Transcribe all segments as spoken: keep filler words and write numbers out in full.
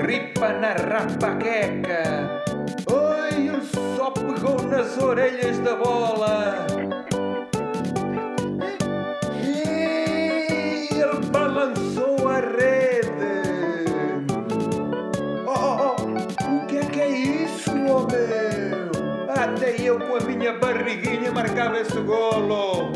ripa na rapaqueca. Oi, ele só pegou nas orelhas da bola. E ele balançou a rede. Oh, oh, oh, o que é que é isso, oh meu? Até eu com a minha barriguinha marcava esse golo.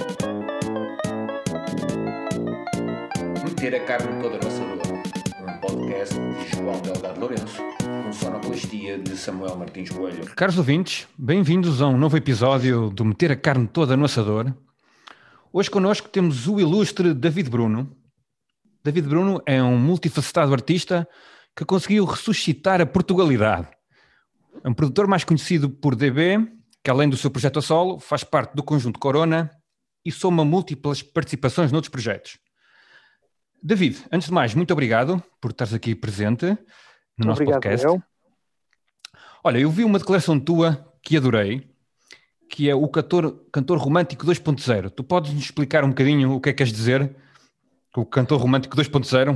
Meter a carne toda no assador. Um podcast de João Delgado Lourenço, com sonoplastia de Samuel Martins Coelho. Caros ouvintes, bem-vindos a um novo episódio do Meter a Carne Toda no Assador. Hoje connosco temos o ilustre David Bruno. David Bruno é um multifacetado artista que conseguiu ressuscitar a Portugalidade. É um produtor mais conhecido por D B, que além do seu projeto a solo, faz parte do Conjunto Corona e soma múltiplas participações noutros projetos. David, antes de mais, muito obrigado por estares aqui presente no nosso Obrigado, podcast. Eu. Olha, eu vi uma declaração tua que adorei, que é o cantor, cantor romântico dois ponto zero. Tu podes nos explicar um bocadinho o que é que queres dizer com o cantor romântico dois ponto zero?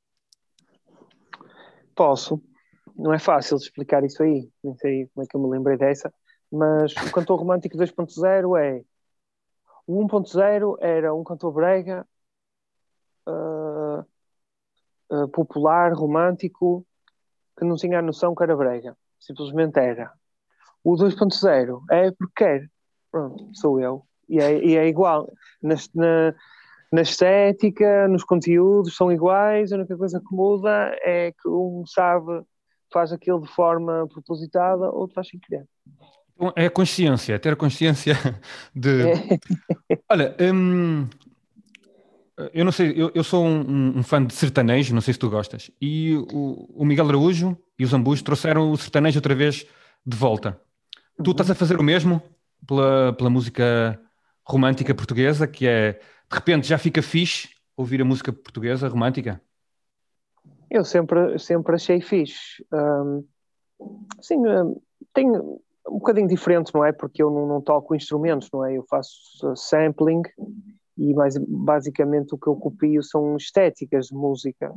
Posso. Não é fácil de explicar isso aí. Nem sei como é que eu me lembrei dessa. Mas o cantor romântico dois ponto zero é... O um ponto zero era um cantor brega, uh, uh, popular, romântico, que não tinha a noção que era brega. Simplesmente era. O dois ponto zero é porque quer. Pronto, sou eu. E é, e é igual. Na, na, na estética, nos conteúdos, são iguais. A única coisa que muda é que um sabe, faz aquilo de forma propositada, outro faz sem querer. É a consciência, é ter a consciência de... É. Olha, hum, eu não sei, eu, eu sou um, um fã de sertanejo, não sei se tu gostas, e o, o Miguel Araújo e os Ambus trouxeram o sertanejo outra vez de volta. Uhum. Tu estás a fazer o mesmo pela, pela música romântica portuguesa, que é, de repente já fica fixe ouvir a música portuguesa romântica? Eu sempre, sempre achei fixe. Um, sim, um, tenho um bocadinho diferente, não é? Porque eu não, não toco instrumentos, não é? Eu faço sampling e mais, basicamente o que eu copio são estéticas de música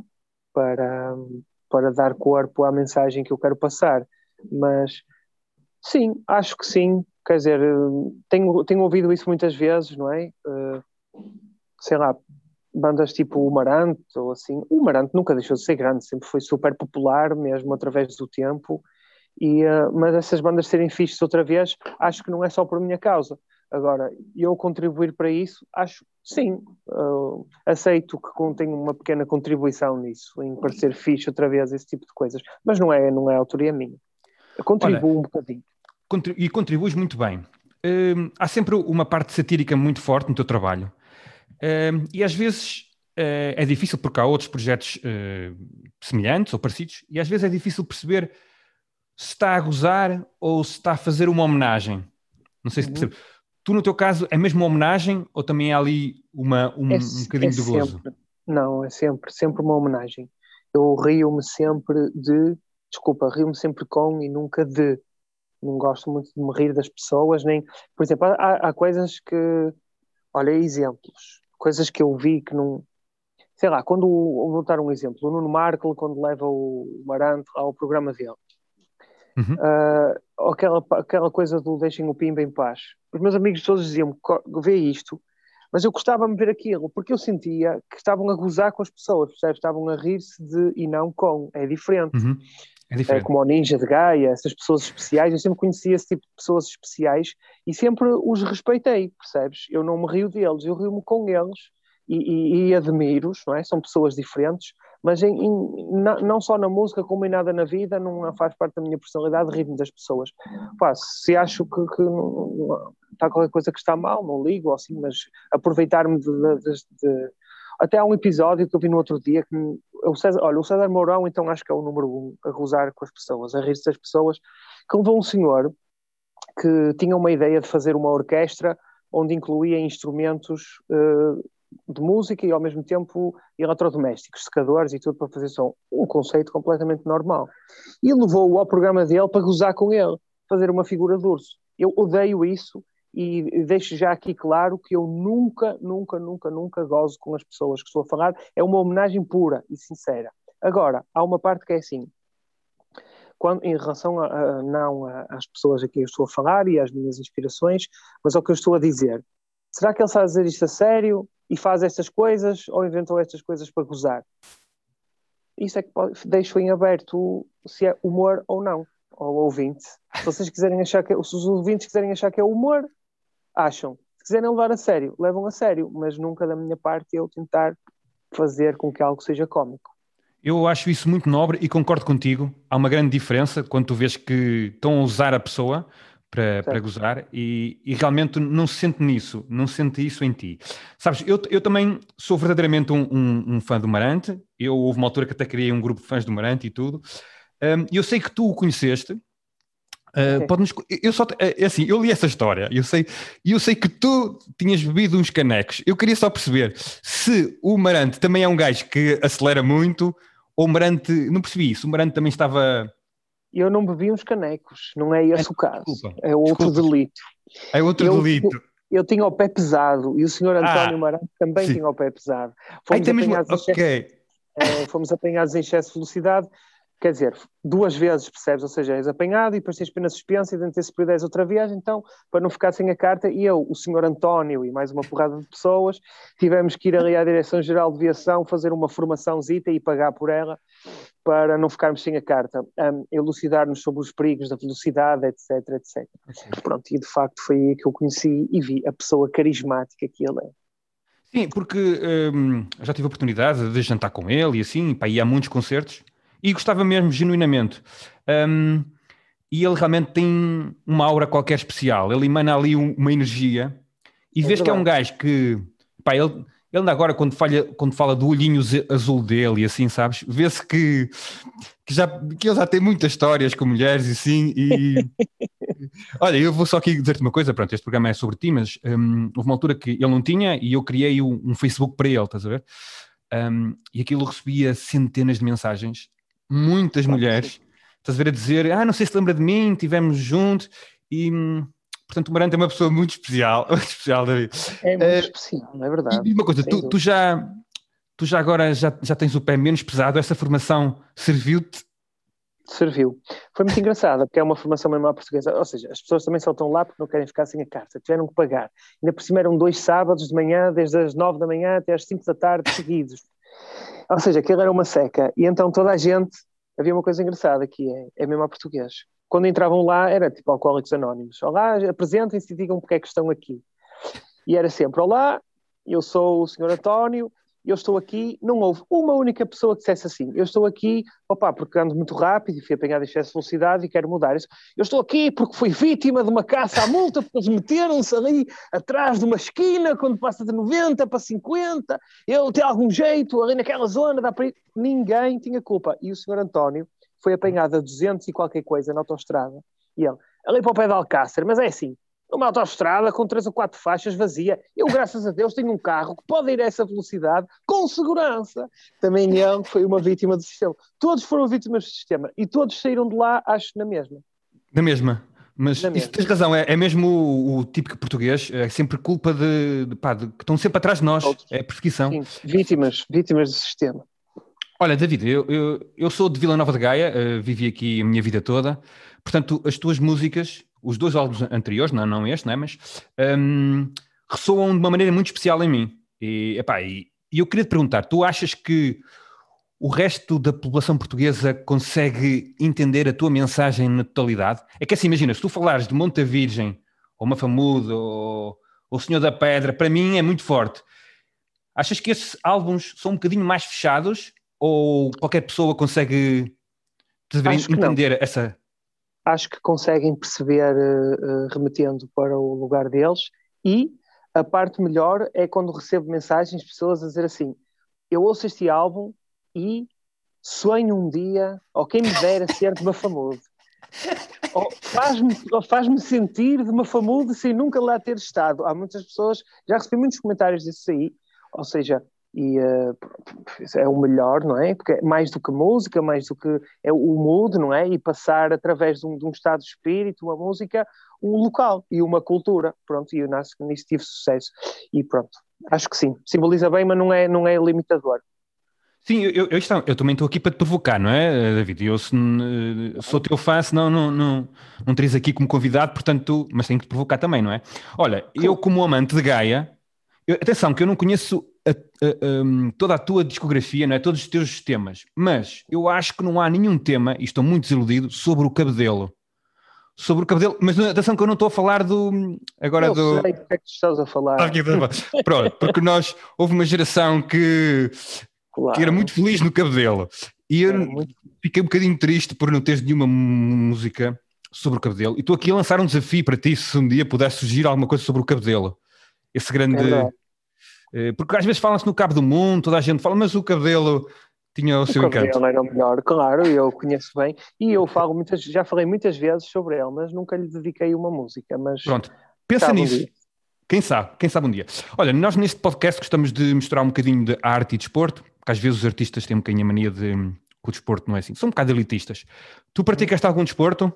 para, para dar corpo à mensagem que eu quero passar. Mas sim, acho que sim. Quer dizer, tenho, tenho ouvido isso muitas vezes, não é? Uh, sei lá, bandas tipo o Marante ou assim. O Marante nunca deixou de ser grande, sempre foi super popular, mesmo através do tempo. E, uh, mas essas bandas serem fixes outra vez, acho que não é só por minha causa. Agora, eu contribuir para isso, acho sim, uh, aceito que tenho uma pequena contribuição nisso, em parecer fixe outra vez, esse tipo de coisas. Mas não é, não é autoria minha. Eu contribuo Olha, um bocadinho. E contribuis muito bem. Uh, há sempre uma parte satírica muito forte no teu trabalho. Uh, e às vezes uh, é difícil, porque há outros projetos uh, semelhantes ou parecidos, e às vezes é difícil perceber se está a gozar ou se está a fazer uma homenagem. Não sei se Uhum. percebe. Tu, no teu caso, é mesmo uma homenagem ou também há ali uma, um, é, um bocadinho é de gozo? Sempre, não, é sempre, sempre uma homenagem. Eu rio-me sempre de... Desculpa, rio-me sempre com e nunca de. Não gosto muito de me rir das pessoas, nem... Por exemplo, há, há coisas que... Olha, exemplos. Coisas que eu vi que não... Sei lá, quando... Vou dar um exemplo. O Nuno Markle, quando leva o Marante ao programa dele. Uhum. Uh, aquela, aquela coisa do deixem o Pimba em paz. Os meus amigos todos diziam-me, vê isto, mas eu gostava de ver aquilo, porque eu sentia que estavam a gozar com as pessoas, percebes? Estavam a rir-se de e não com, é diferente. Uhum. É diferente. Uh, como o Ninja de Gaia, essas pessoas especiais, eu sempre conhecia esse tipo de pessoas especiais e sempre os respeitei, percebes? Eu não me rio deles, eu rio-me com eles e, e, e admiro-os, não é? São pessoas diferentes, mas em, em, não só na música como em nada na vida, não faz parte da minha personalidade rir-me das pessoas. Pá, se acho que, que não, está qualquer coisa que está mal, não ligo, assim, mas aproveitar-me de, de, de, de... Até há um episódio que eu vi no outro dia que o César, olha, o César Mourão, então acho que é o número um a gozar com as pessoas, a rir-se das pessoas, que levou um senhor que tinha uma ideia de fazer uma orquestra onde incluía instrumentos uh, de música e ao mesmo tempo eletrodomésticos, secadores e tudo para fazer som. Um conceito completamente normal. E levou-o ao programa dele para gozar com ele, fazer uma figura de urso. Eu odeio isso e deixo já aqui claro que eu nunca, nunca, nunca, nunca gozo com as pessoas que estou a falar. É uma homenagem pura e sincera. Agora, há uma parte que é assim, quando, em relação a, a não a, às pessoas a quem eu estou a falar e às minhas inspirações, mas ao que eu estou a dizer. Será que ele está a dizer isto a sério e faz estas coisas ou inventou estas coisas para gozar? Isso é que pode, deixo em aberto se é humor ou não, ao ouvinte. Se vocês quiserem achar que, se os ouvintes quiserem achar que é humor, acham. Se quiserem levar a sério, levam a sério, mas nunca da minha parte eu tentar fazer com que algo seja cómico. Eu acho isso muito nobre e concordo contigo. Há uma grande diferença quando tu vês que estão a usar a pessoa para, para gozar e, e realmente não se sente nisso, não se sente isso em ti. Sabes, eu, eu também sou verdadeiramente um, um, um fã do Marante. Eu houve uma altura que até criei um grupo de fãs do Marante e tudo. Um, eu sei que tu o conheceste. Uh, pode-nos, eu só é assim, eu li essa história, eu sei, eu sei que tu tinhas bebido uns canecos. Eu queria só perceber se o Marante também é um gajo que acelera muito ou o Marante, não percebi isso, o Marante também estava... Eu não bebi uns canecos, não é esse é, o caso, desculpa, é outro desculpa. delito. É outro eu, delito. Eu, eu tinha o pé pesado e o senhor António ah, Marante também sim. tinha o pé pesado. Fomos, Ai, apanhados mesmo... okay. excesso, uh, fomos apanhados em excesso de velocidade. Quer dizer, duas vezes, percebes? Ou seja, és apanhado e depois tens pena suspensa e dentro desse período és outra viagem. Então, para não ficar sem a carta, e eu, o senhor António e mais uma porrada de pessoas, tivemos que ir ali à Direção-Geral de Viação fazer uma formaçãozita e pagar por ela para não ficarmos sem a carta. Um, elucidar-nos sobre os perigos da velocidade, etc, etcétera. Okay. Pronto, e de facto foi aí que eu conheci e vi a pessoa carismática que ele é. Sim, porque um, já tive a oportunidade de jantar com ele e assim, pá, ia a muitos concertos. E gostava mesmo, genuinamente. Um, e ele realmente tem uma aura qualquer especial. Ele emana ali um, uma energia. E é vês verdade. Que é um gajo que... Pá, ele, ele agora, quando, falha, quando fala do olhinho azul dele e assim, sabes? Vê-se que, que, já, que ele já tem muitas histórias com mulheres e assim. E... Olha, eu vou só aqui dizer-te uma coisa. Pronto, este programa é sobre ti, mas um, houve uma altura que ele não tinha e eu criei um, um Facebook para ele, estás a ver? Um, e aquilo recebia centenas de mensagens. Muitas claro, mulheres, sim. Estás a ver a dizer, ah, não sei se lembra de mim, estivemos juntos, e portanto o Marante é uma pessoa muito especial, muito especial, David. É muito uh, especial, é verdade. E uma coisa, tu, tu, já, tu já agora já, já tens o pé menos pesado, essa formação serviu-te? Serviu. Foi muito engraçada, porque é uma formação mesmo à portuguesa, ou seja, as pessoas também só estão lá porque não querem ficar sem a carta, tiveram que pagar. Ainda por cima eram dois sábados de manhã, desde as nove da manhã até às cinco da tarde, seguidos. Ou seja, aquilo era uma seca. E então toda a gente... Havia uma coisa engraçada que é, é mesmo a português. Quando entravam lá, era tipo Alcoólicos Anónimos. Olá, apresentem-se e digam porque é que estão aqui. E era sempre, olá, eu sou o senhor António, eu estou aqui. Não houve uma única pessoa que dissesse assim, eu estou aqui, opá, porque ando muito rápido e fui apanhado em excesso de velocidade e quero mudar isso. Eu estou aqui porque fui vítima de uma caça à multa, porque eles meteram-se ali atrás de uma esquina, quando passa de noventa para cinquenta, eu tenho algum jeito, ali naquela zona, dá para ir. Ninguém tinha culpa. E o senhor António foi apanhado a duzentos e qualquer coisa na autoestrada, e ele, ali para o pé de Alcácer, mas é assim, numa autoestrada com três ou quatro faixas vazia, eu graças a Deus tenho um carro que pode ir a essa velocidade com segurança. Também ele foi uma vítima do sistema. Todos foram vítimas do sistema e todos saíram de lá, acho, na mesma. Na mesma. Mas na isso mesma. Tens razão, é, é mesmo o, o típico português, é sempre culpa de, de, pá, de que estão sempre atrás de nós, Outros. É perseguição. Sim, vítimas, vítimas do sistema. Olha, David, eu, eu, eu sou de Vila Nova de Gaia, uh, vivi aqui a minha vida toda, portanto, as tuas músicas, os dois álbuns anteriores, não, não este, não é? Mas um, ressoam de uma maneira muito especial em mim. E, epá, e, e eu queria te perguntar, tu achas que o resto da população portuguesa consegue entender a tua mensagem na totalidade? É que assim, imagina, se tu falares de Monte Virgem, ou Mafamudo, ou o Senhor da Pedra, para mim é muito forte. Achas que esses álbuns são um bocadinho mais fechados? Ou qualquer pessoa consegue entender essa... Acho que conseguem perceber uh, remetendo para o lugar deles, e a parte melhor é quando recebo mensagens de pessoas a dizer assim, eu ouço este álbum e sonho um dia, ou quem me dera ser de Mafamudo. Ou faz-me, ou faz-me sentir de Mafamudo sem nunca lá ter estado. Há muitas pessoas, já recebi muitos comentários disso aí, ou seja... E uh, é o melhor, não é? Porque é mais do que música, mais do que é o mood, não é? E passar através de um, de um estado de espírito, uma música, um local e uma cultura. Pronto, e eu nisso tive sucesso. E pronto, acho que sim. Simboliza bem, mas não é, não é limitador. Sim, eu, eu, eu, estou- eu também estou aqui para te provocar, não é, David? Eu se, eh, sou teu fã, senão não, não, não terias aqui como convidado, portanto, tu, mas tenho que te provocar também, não é? Olha, eu como amante de Gaia, eu- atenção, que eu não conheço a- a- um, toda a tua discografia, não é? Todos os teus temas, mas eu acho que não há nenhum tema, e estou muito desiludido, sobre o Cabedelo. Sobre o Cabedelo, mas atenção que eu não estou a falar do, agora Eu sei do... do que é que tu estás a Sabe o falar. que eu estou a falar? Pronto, porque nós, houve uma geração que que era Claro, muito feliz no Cabedelo. E eu era muito. fiquei um bocadinho triste por não teres nenhuma música sobre o Cabedelo. E estou aqui a lançar um desafio para ti, se um dia pudesse surgir alguma coisa sobre o Cabedelo. Esse É grande... verdade. eh, Porque às vezes fala-se no Cabo do Mundo, toda a gente fala, mas o Cabedelo tinha o O seu encanto. Cabedelo era o melhor, claro, eu conheço bem. E eu falo muitas, já falei muitas vezes sobre ele, mas nunca lhe dediquei uma música. Mas Pronto, pensa sabe um nisso. dia. Quem sabe, quem sabe um dia. Olha, nós neste podcast gostamos de misturar um bocadinho de arte e desporto, porque às vezes os artistas têm um bocadinho a mania de que o desporto não é assim. São um bocado elitistas. Tu praticaste algum desporto?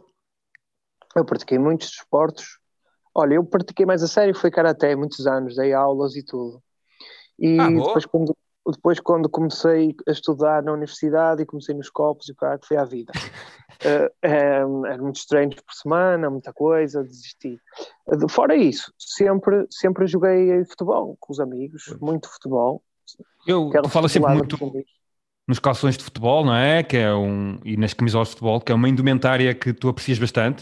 Eu pratiquei muitos desportos. Olha, eu pratiquei mais a sério, foi karaté, muitos anos, dei aulas e tudo. Ah, E boa. depois quando, depois quando comecei a estudar na universidade e comecei nos copos e o cara que foi à vida. Uh, um, eram muitos treinos por semana, muita coisa, desisti. Uh, fora isso, sempre, sempre joguei futebol com os amigos, Pois. muito futebol. Eu, Aquela tu falas sempre futebolada muito com os amigos. nos calções de futebol, não é? Que é um, e nas camisolas de futebol, que é uma indumentária que tu aprecias bastante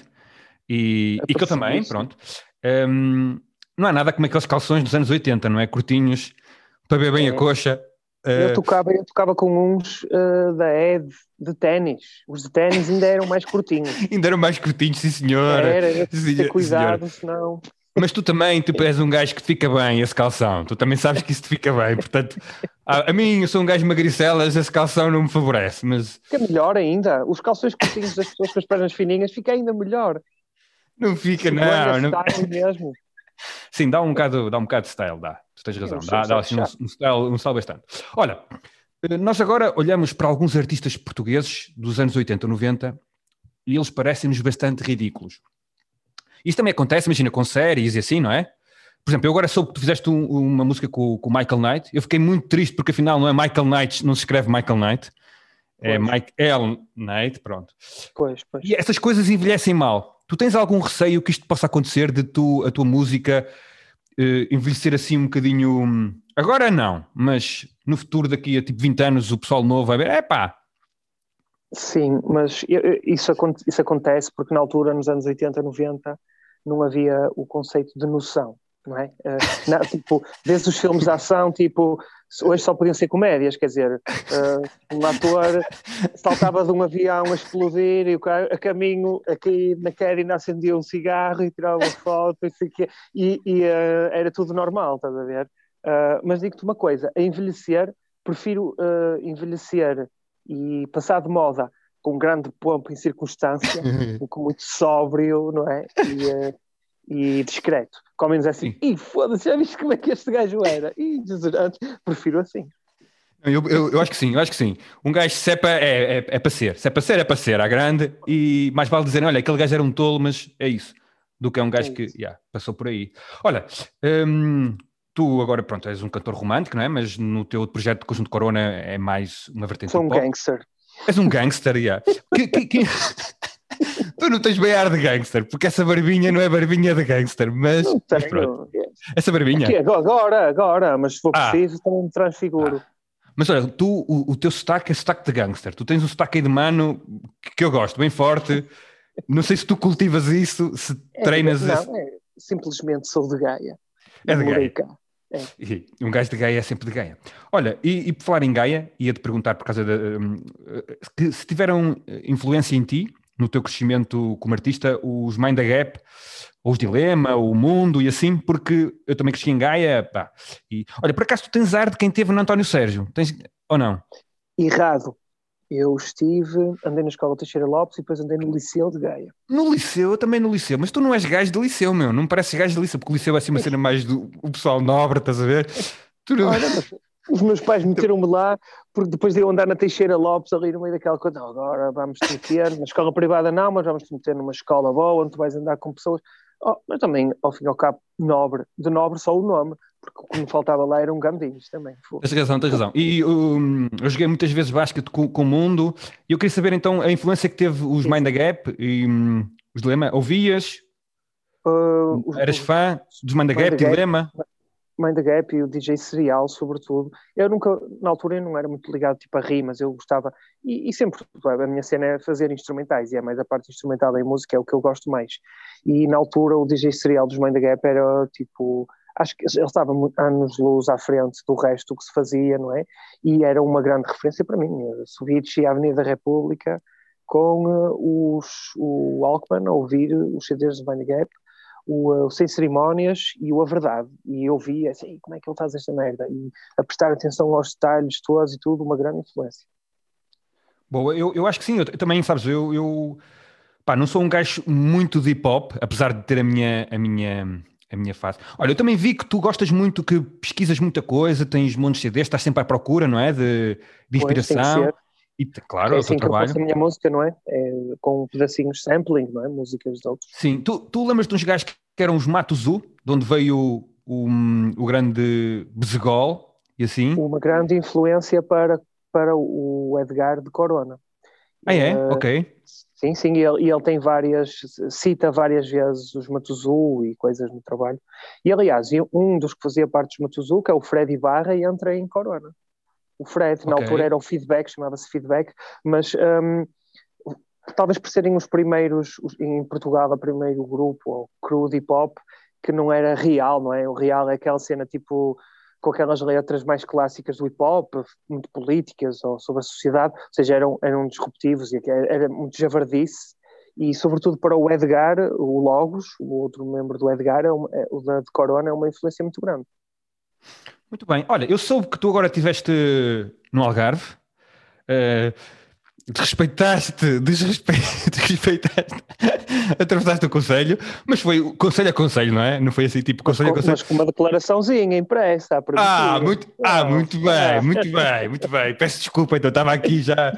e, e que eu também, Aprecio, pronto. Um, não há nada como aqueles calções dos anos oitenta, não é? Curtinhos, para ver bem a é. coxa. Eu Uh, tocava, eu tocava com uns uh, da Ed de ténis. Os de ténis ainda eram mais curtinhos. ainda eram mais curtinhos, sim senhor. Era, era Sim, ter senhor. cuidado, senão. Mas tu também, tu és um gajo que te fica bem esse calção. Tu também sabes que isso te fica bem. Portanto, a, a mim, eu sou um gajo magricelas, esse calção não me favorece. Mas Fica melhor ainda. Os calções curtinhos das pessoas com as pernas fininhas fica ainda melhor. não fica, Ganha não. não... style mesmo. Sim, dá um bocado, dá um bocado de style, dá. Tu tens razão. Sim, Dá, dá assim um, um, style, um style bastante. Olha, nós agora olhamos para alguns artistas portugueses dos anos oitenta, noventa e eles parecem-nos bastante ridículos. Isso também acontece, imagina, com séries e assim, não é? Por exemplo, eu agora soube que tu fizeste um, uma música com, com o Michael Knight. Eu fiquei muito triste porque afinal não é Michael Knight, não se escreve Michael Knight. É Pois. Michael Knight, pronto. Pois, pois. E essas coisas envelhecem mal. Tu tens algum receio que isto possa acontecer de tu, a tua música uh, envelhecer assim um bocadinho... Agora não, mas no futuro daqui a tipo vinte anos o pessoal novo vai ver, epá. Sim, mas isso, isso acontece porque na altura, nos anos oitenta, noventa, não havia o conceito de noção, não é? Uh, não, tipo, desde os filmes de ação, tipo, hoje só podiam ser comédias, quer dizer, uh, um ator saltava de um avião a explodir e o cara, a caminho aqui na querida acendia um cigarro e tirava uma foto e, e, e uh, era tudo normal, estás a ver? Uh, mas digo-te uma coisa, a envelhecer, prefiro uh, envelhecer e passar de moda com grande pompa em circunstância, com muito sóbrio, não é? E, uh, e discreto. Como menos é assim, ih, foda-se, já viste como é que este gajo era? Ih, Jesus, prefiro assim. Eu, eu, eu acho que sim, eu acho que sim. Um gajo, se é para, é, é, é para ser, se é para ser, é para ser, à grande, e mais vale dizer, olha, aquele gajo era um tolo, mas é isso, do que é um gajo é que yeah, passou por aí. Olha, hum, tu agora, pronto, és um cantor romântico, não é? Mas no teu projeto de Conjunto Corona é mais uma vertente Sou um pop. gangster. És um gangster, yeah. que, que, que... Tu não tens bem ar de gangster, porque essa barbinha não é barbinha de gangster, mas... Não tenho. Mas pronto. Essa barbinha... Aqui, agora, agora, mas se for ah. preciso também me transfiguro. Ah. Mas olha, tu, o, o teu sotaque é sotaque de gangster. Tu tens um sotaque aí de mano que, que eu gosto, bem forte. Não sei se tu cultivas isso, se é, treinas... Não, esse... é, simplesmente sou de Gaia. É de Gaia. É. E um gajo de Gaia é sempre de Gaia. Olha, e, e por falar em Gaia, ia-te perguntar por causa de... Um, que se tiveram influência em ti, no teu crescimento como artista, os Mind the Gap, ou os Dilema, o Mundo e assim, porque eu também cresci em Gaia, pá. E, olha, por acaso tu tens ar de quem teve no António Sérgio, tens, ou não? Errado. Eu estive, andei na escola Teixeira Lopes e depois andei no Liceu de Gaia. No Liceu, eu também no Liceu, mas tu não és gajo de Liceu, meu, não me pareces gajo de Liceu, porque o Liceu é assim uma cena mais do o pessoal nobre, estás a ver? Tu não... Olha, mas os meus pais meteram-me lá, porque depois de eu andar na Teixeira Lopes ali no meio daquela coisa, não, agora vamos te meter na escola privada não, mas vamos te meter numa escola boa, onde tu vais andar com pessoas, oh, mas também, ao fim e ao cabo, nobre, de nobre só o nome, porque o que me faltava lá eram gambinhos também. Tens razão, tens razão. E um, eu joguei muitas vezes basquete com, com o Mundo, e eu queria saber então a influência que teve os Mind the Gap e um, os Dilema. Ouvias? Uh, os, Eras os, fã dos Mind the Gap, Dilema? Mind the Gap e o D J Serial, sobretudo. Eu nunca, na altura, eu não era muito ligado tipo a rimas, eu gostava, e, e sempre, a minha cena é fazer instrumentais, e é mais a parte instrumental da música, é o que eu gosto mais. E na altura o D J Serial dos Mind the Gap era tipo, acho que ele estava anos-luz à frente do resto do que se fazia, não é? E era uma grande referência para mim. Eu subi e desci a Avenida da República com uh, os, o Walkman a ouvir os C Ds do Mind the Gap, o, o Sem Cerimónias e o A Verdade, e eu vi assim, como é que ele faz esta merda, e a prestar atenção aos detalhes todos e tudo, uma grande influência. Boa, eu, eu acho que sim, eu, eu também, sabes, eu, eu pá, não sou um gajo muito de hip-hop, apesar de ter a minha, a minha, a minha fase. Olha, eu também vi que tu gostas muito, que pesquisas muita coisa, tens montes de C Ds, estás sempre à procura, não é, de, de inspiração. E, claro, é é o assim teu que trabalho. eu faço a minha música, não é? É com pedacinhos de sampling, não é? Músicas de outros. Sim, tu, tu lembras de uns gajos que eram os Matuzu, de onde veio o, o, o grande Bezegol, e assim? Uma grande influência para, para o Edgar de Corona. Ah é? Uh, ok. Sim, sim, e ele, e ele tem várias, cita várias vezes os Matuzu e coisas no trabalho. E aliás, um dos que fazia parte dos Matuzu, que é o Fred Ibarra, entra em Corona. O Fred, na okay. altura era o Feedback, chamava-se Feedback, mas um, talvez por serem os primeiros, em Portugal, o primeiro grupo, ou crew de hip-hop, que não era real, não é? O real é aquela cena tipo, com aquelas letras mais clássicas do hip-hop, muito políticas, ou sobre a sociedade, ou seja, eram, eram disruptivos, e era muito javardice, e sobretudo para o Edgar, o Logos, o outro membro do Edgar, é uma, é, o da de Corona, é uma influência muito grande. Muito bem. Olha, eu soube que tu agora estiveste no Algarve, uh, desrespeitaste, desrespe... desrespeitaste, atravessaste o conselho, mas foi conselho a conselho, não é? Não foi assim tipo conselho mas, a conselho. Mas com uma declaraçãozinha impressa, ah, muito, ah, muito bem, muito bem, muito bem. Peço desculpa, então estava aqui já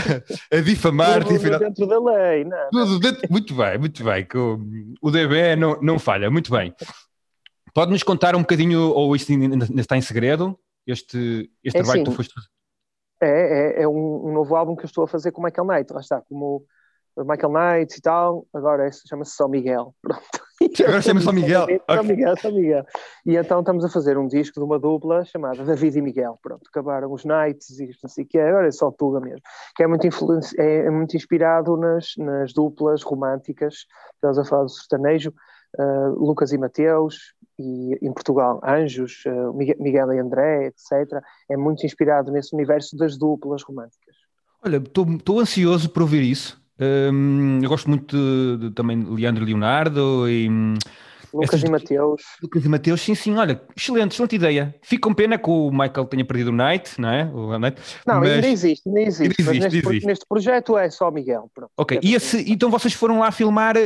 a difamar-te. Tudo Final... dentro da lei, não, Tudo não. dentro... Muito bem, muito bem. O D B não, não falha, muito bem. Pode-nos contar um bocadinho, ou isto ainda está em segredo, este, este é trabalho sim, que tu foste fazer? É, é, é um, um novo álbum que eu estou a fazer com o Michael Knight, lá está, como o Michael Knight e tal, agora é, chama-se São Miguel, pronto. Agora chama-se São Miguel. São okay. Miguel, São Miguel. E então estamos a fazer um disco de uma dupla chamada David e Miguel, pronto, acabaram os Knights e não sei o que, agora é só Tuga mesmo, que é muito, é, é muito inspirado nas, nas duplas românticas, estamos a falar do sertanejo, uh, Lucas e Mateus, e em Portugal, Anjos, uh, Miguel e André, etcétera. É muito inspirado nesse universo das duplas românticas. Olha, estou ansioso por ouvir isso. Um, eu gosto muito de, de, também de Leandro e Leonardo e Lucas e Mateus. Lucas e Mateus, sim, sim, olha, excelente, excelente ideia. Fico com pena que o Michael tenha perdido o Night, não é? O Night, não, mas... ainda existe, ainda existe. Ainda existe, mas neste, existe. neste projeto é só Miguel. Pronto. Ok, e esse, então vocês foram lá filmar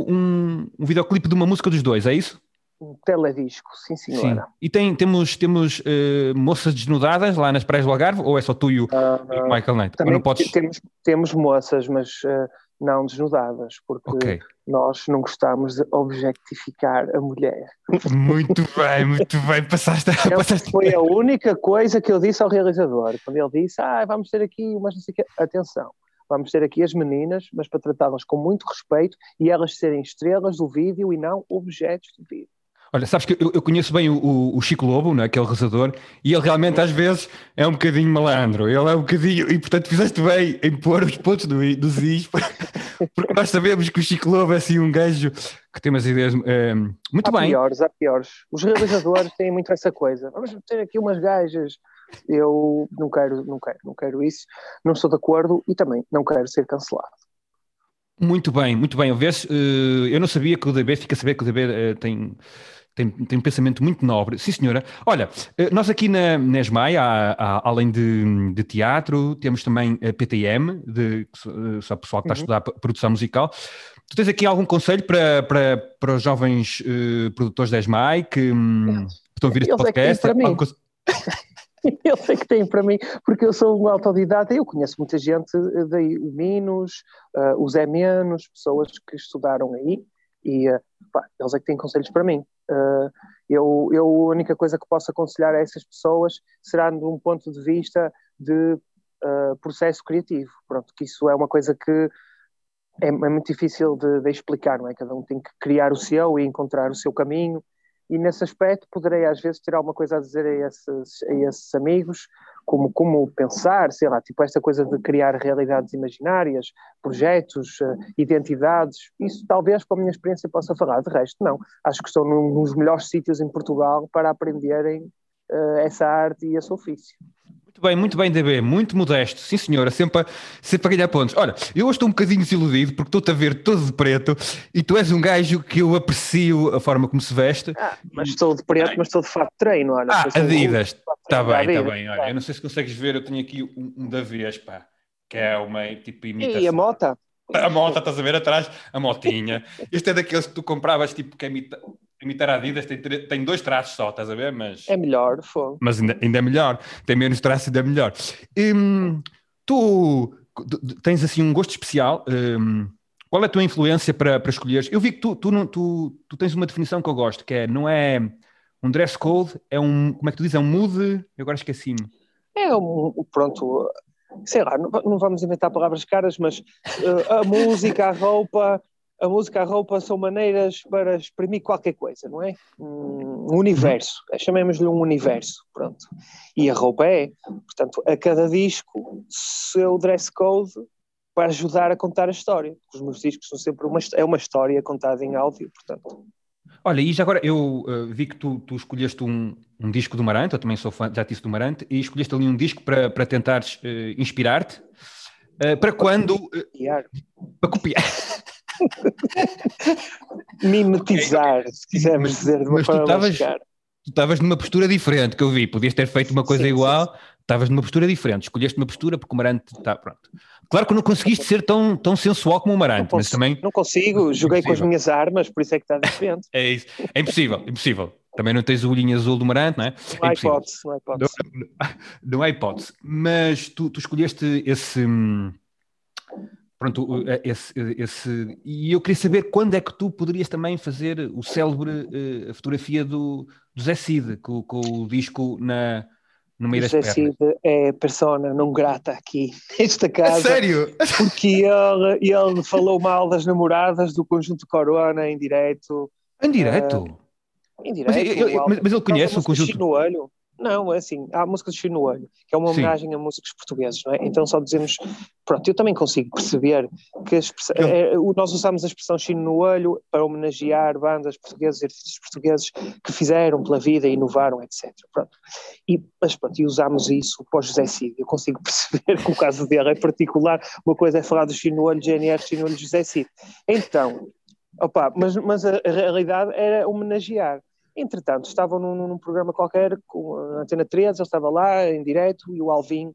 um, um videoclipe de uma música dos dois, é isso? Um teledisco, sim senhora. Sim. E tem, temos, temos uh, moças desnudadas lá nas praias do Algarve, ou é só tu e o, uh, e o Michael Knight? Também não podes... temos, temos moças, mas uh, não desnudadas, porque okay. nós não gostamos de objetificar a mulher. Muito bem, muito bem, passaste, passaste... Foi a única coisa que eu disse ao realizador, quando ele disse, ah, vamos ter aqui, mas não sei o quê, atenção. Vamos ter aqui as meninas, mas para tratá-las com muito respeito e elas serem estrelas do vídeo e não objetos do vídeo. Olha, sabes que eu, eu conheço bem o, o, o Chico Lobo, não é? Que é o rezador, e ele realmente às vezes é um bocadinho malandro, ele é um bocadinho, e portanto fizeste bem em pôr os pontos do, dos is, porque nós sabemos que o Chico Lobo é assim um gajo que tem umas ideias é, muito há bem. Há piores, há piores. Os realizadores têm muito essa coisa, vamos ter aqui umas gajas, eu não quero, não quero, não quero isso, não estou de acordo e também não quero ser cancelado. Muito bem, muito bem. Vês, eu não sabia que o D B, fica a saber que o D B tem, tem, tem um pensamento muito nobre. Sim, senhora. Olha, nós aqui na, na ESMAI, há, há, além de, de teatro, temos também a P T M, de, só pessoal que está uhum. a estudar produção musical. Tu tens aqui algum conselho para, para, para os jovens uh, produtores da ESMAI que, um, que estão a ouvir este podcast? É para mim. Eu sei que tem para mim, porque eu sou um autodidata, eu conheço muita gente, daí o Minos, uh, o Zé Menos, pessoas que estudaram aí, e uh, pá, eles é que têm conselhos para mim. Uh, Eu, eu a única coisa que posso aconselhar a essas pessoas será de um ponto de vista de uh, processo criativo. Pronto, que isso é uma coisa que é, é muito difícil de, de explicar, não é? Cada um tem que criar o seu e encontrar o seu caminho, e nesse aspecto poderei às vezes ter alguma coisa a dizer a esses, a esses amigos, como, como pensar, sei lá, tipo esta coisa de criar realidades imaginárias, projetos, uh, identidades. Isso talvez com a minha experiência possa falar, de resto não. Acho que estou num dos melhores sítios em Portugal para aprenderem uh, essa arte e esse ofício. Muito bem, muito bem, D B, muito modesto, sim senhora, sempre a, sempre a ganhar pontos. Olha, eu hoje estou um bocadinho desiludido porque estou-te a ver todo de preto e tu és um gajo que eu aprecio a forma como se veste. Ah, mas estou de preto, mas estou de fato de treino, olha. Ah, Adidas, está bem, está Adidas, bem, olha, eu não sei se consegues ver, eu tenho aqui um, um da Vespa, que é uma tipo imitação. E a mota? A mota, estás a ver atrás? A motinha. Este é daqueles que tu compravas, tipo, que é imita, imitar a Adidas, tem, tem dois traços só, estás a ver? Mas, é melhor, foi. Mas ainda, ainda é melhor. Tem menos traços, ainda é melhor. Hum, tu tens, assim, um gosto especial. Hum, qual é a tua influência para, para escolheres? Eu vi que tu, tu, tu, tu tens uma definição que eu gosto, que é, não é um dress code, é um, como é que tu dizes? É um mood, eu agora esqueci-me. É um, pronto... sei lá, não, não vamos inventar palavras caras, mas uh, a música, a roupa, a música, a roupa são maneiras para exprimir qualquer coisa, não é? Um universo, chamemos-lhe um universo, pronto. E a roupa é, portanto, a cada disco, seu dress code para ajudar a contar a história. Os meus discos são sempre uma, é uma história contada em áudio, portanto... Olha, e já agora eu uh, vi que tu, tu escolheste um, um disco do Marante, eu também sou fã, já te disse do Marante, e escolheste ali um disco para, para tentares uh, inspirar-te. Uh, para quando... Uh, copiar. Para copiar. Mimetizar, okay, se quisermos mas, dizer de uma forma mais cara. Tu estavas numa postura diferente, que eu vi. Podias ter feito uma coisa sim, igual, estavas numa postura diferente. Escolheste uma postura porque o Marante está pronto. Claro que não conseguiste ser tão, tão sensual como o Marante, mas também... Não consigo, joguei com as minhas armas, por isso é que está diferente. É isso, é impossível, impossível. Também não tens o olhinho azul do Marante, não é? Não há hipótese, não há hipótese. Não, não há hipótese. Mas tu, tu escolheste esse... Pronto, esse, esse... E eu queria saber quando é que tu poderias também fazer o célebre uh, a fotografia do, do Zé Cid, com, com o disco na, no meio das pernas. Zé Cid é persona não grata aqui nesta casa. Sério? Porque ele, ele falou mal das namoradas do Conjunto Corona em direto. Em direto? Uh, em direto. Mas, eu, eu, mas, mas ele conhece o Conjunto... No olho. Não, é assim, há a música de Chino no Olho, que é uma homenagem Sim. a músicos portugueses, não é? Então só dizemos, pronto, eu também consigo perceber que a expressão, é, nós usamos a expressão Chino no Olho para homenagear bandas portuguesas e artistas portugueses que fizeram pela vida e inovaram, etcétera. Pronto. E, mas pronto, e usamos isso para o José Cid. Eu consigo perceber que o caso dele é particular, uma coisa é falar do Chino no Olho, G N R, Chino no Olho, José Cid. Então, opa, mas, mas a, a realidade era homenagear. Entretanto, estavam num, num programa qualquer, com a Antena treze, ele estava lá, em direto, e o Alvin,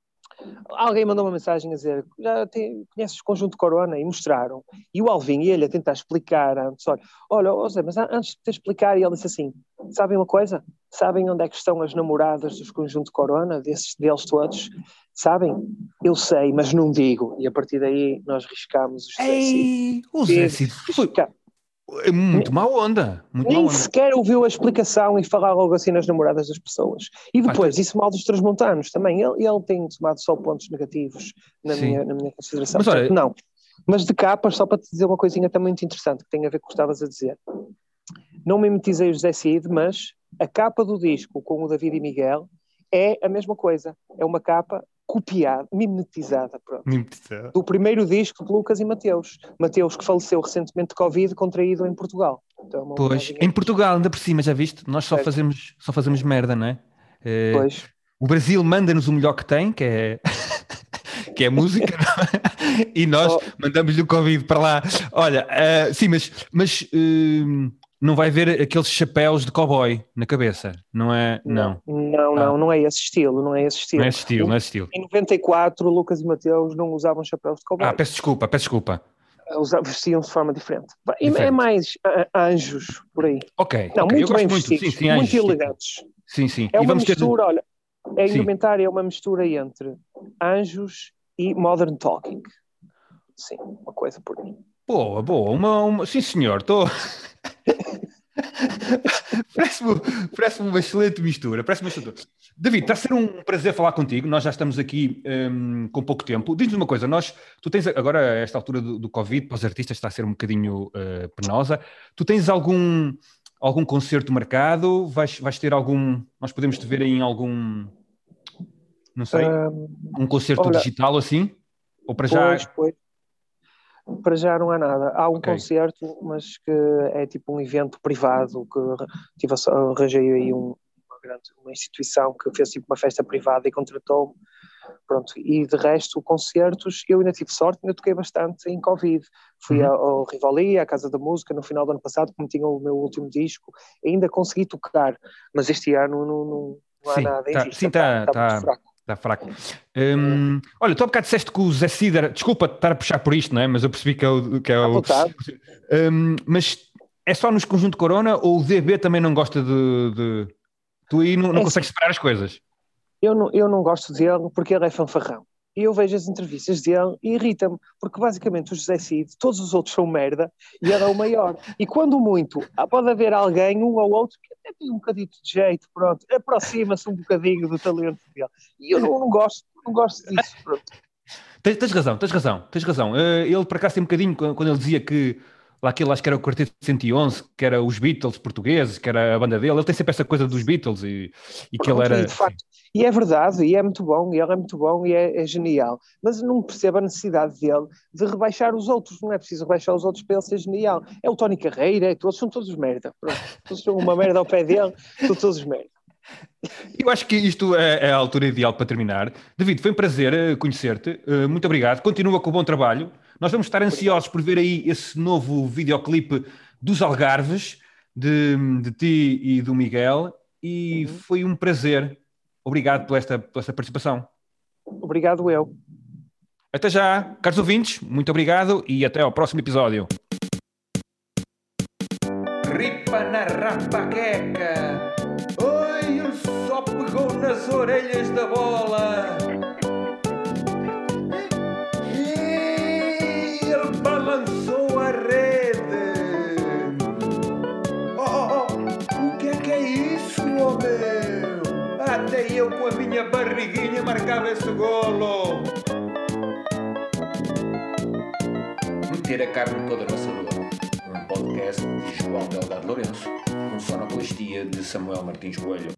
alguém mandou uma mensagem a dizer, já tem, conheces o Conjunto Corona? E mostraram. E o Alvin, e ele a tentar explicar antes, olha, olha, oh Zé, mas antes de te explicar, e ele disse assim, sabem uma coisa? Sabem onde é que estão as namoradas dos Conjunto Corona, desses, deles todos? Sabem? Eu sei, mas não digo. E a partir daí nós riscámos o José Cid. O José Cid foi... É muito má onda. Muito Nem má onda. sequer ouviu a explicação e falar logo assim nas namoradas das pessoas. E depois, ah, isso mal dos transmontanos também. Ele, ele tem tomado só pontos negativos na, minha, na minha consideração. Mas, olha, Portanto, não. Mas de capas, só para te dizer uma coisinha também muito interessante, que tem a ver com o que estavas a dizer. Não mimetizei o José Cid, mas a capa do disco com o David e Miguel é a mesma coisa. É uma capa copiada, mimetizada, pronto. Mimetizada. Do primeiro disco de Lucas e Mateus. Mateus, que faleceu recentemente de Covid, contraído em Portugal. Então, pois, em Portugal, ainda por cima, já viste? Nós só, fazemos, só fazemos merda, não é? é pois. O Brasil manda-nos o melhor que tem, que é, que é música, não é? E nós oh. mandamos-lhe o Covid para lá. Olha, uh, sim, mas... mas uh, não vai ver aqueles chapéus de cowboy na cabeça, não é? Não, não, não, ah. não é esse estilo, não é esse estilo. Não é esse estilo, não é esse estilo. Em noventa e quatro, Lucas e Mateus não usavam chapéus de cowboy. Ah, peço desculpa, peço desculpa. Vestiam-se de forma diferente. diferente. É mais uh, anjos, por aí. Ok, não, okay. muito bem muito, vestidos, sim, sim, muito anjos, elegantes. Sim, sim. É e uma vamos mistura, ter... olha, a indumentária é uma mistura entre anjos e modern talking. Sim, uma coisa por aí. Boa, boa, uma, uma... sim senhor, estou... Parece-me, parece-me uma excelente mistura. Parece-me uma excelente... David, está a ser um prazer falar contigo. Nós já estamos aqui um, com pouco tempo. Diz-nos uma coisa, nós, tu tens agora, esta altura do, do Covid, para os artistas está a ser um bocadinho uh, penosa. Tu tens algum, algum concerto marcado? Vais, vais ter algum... Nós podemos te ver aí em algum... Não sei, um, um concerto olha, digital assim? Ou para já... Pois, pois. Para já não há nada. Há um okay. concerto, mas que é tipo um evento privado, que tive, arranjei aí um, uma, grande, uma instituição que fez tipo uma festa privada e contratou-me. Pronto. E de resto, concertos, eu ainda tive sorte, ainda toquei bastante em Covid. Fui uhum. ao Rivoli, à Casa da Música, no final do ano passado, como tinha o meu último disco, ainda consegui tocar, mas este ano não, não, não há sim, nada em tá, vista. Sim, está tá, tá muito fraco. Está fraco. Um, olha, tu há bocado disseste que o Zé Cida, desculpa estar a puxar por isto, não é? Mas eu percebi que é o... Que é o um, mas é só nos Conjunto Corona ou o D B também não gosta de... de... Tu aí não, não é consegues assim, separar as coisas? Eu não, eu não gosto dele porque ele é fanfarrão. E eu vejo as entrevistas dele e irrita-me, porque basicamente o José Cid, todos os outros são merda e ele é o maior. E quando muito, pode haver alguém, um ou outro, que até tem um bocadito de jeito, pronto, aproxima-se um bocadinho do talento dele. E eu não, não gosto, não gosto disso, pronto. Tens, tens razão, tens razão, tens razão. Ele, por acaso, tem um bocadinho, quando ele dizia que lá aquilo, acho que era o Quarteto cento e onze, que era os Beatles portugueses, que era a banda dele, ele tem sempre essa coisa dos Beatles e, e que ele era... De facto, e é verdade, e é muito bom, e ele é muito bom, e é, é genial, mas não percebo a necessidade dele de rebaixar os outros, não é preciso rebaixar os outros para ele ser genial. É o Tony Carreira, é, todos são todos merda, pronto. Todos são uma merda ao pé dele, são todos merda. Eu acho que isto é, é a altura ideal para terminar. David, foi um prazer conhecer-te, muito obrigado, continua com o bom trabalho. Nós vamos estar ansiosos por ver aí esse novo videoclipe dos Algarves, de, de ti e do Miguel, e uhum. foi um prazer. Obrigado por esta, por esta participação. Obrigado eu. Até já, caros ouvintes, muito obrigado e até ao próximo episódio. Ripa na rapaqueca, oi, ele só pegou nas orelhas da bola. Balançou a rede. Oh, oh, oh, o que é que é isso, oh meu? Até eu com a minha barriguinha marcava esse golo. Meter a carne toda no assador. Um podcast de João Delgado Lourenço, com sonoplastia de Samuel Martins Coelho.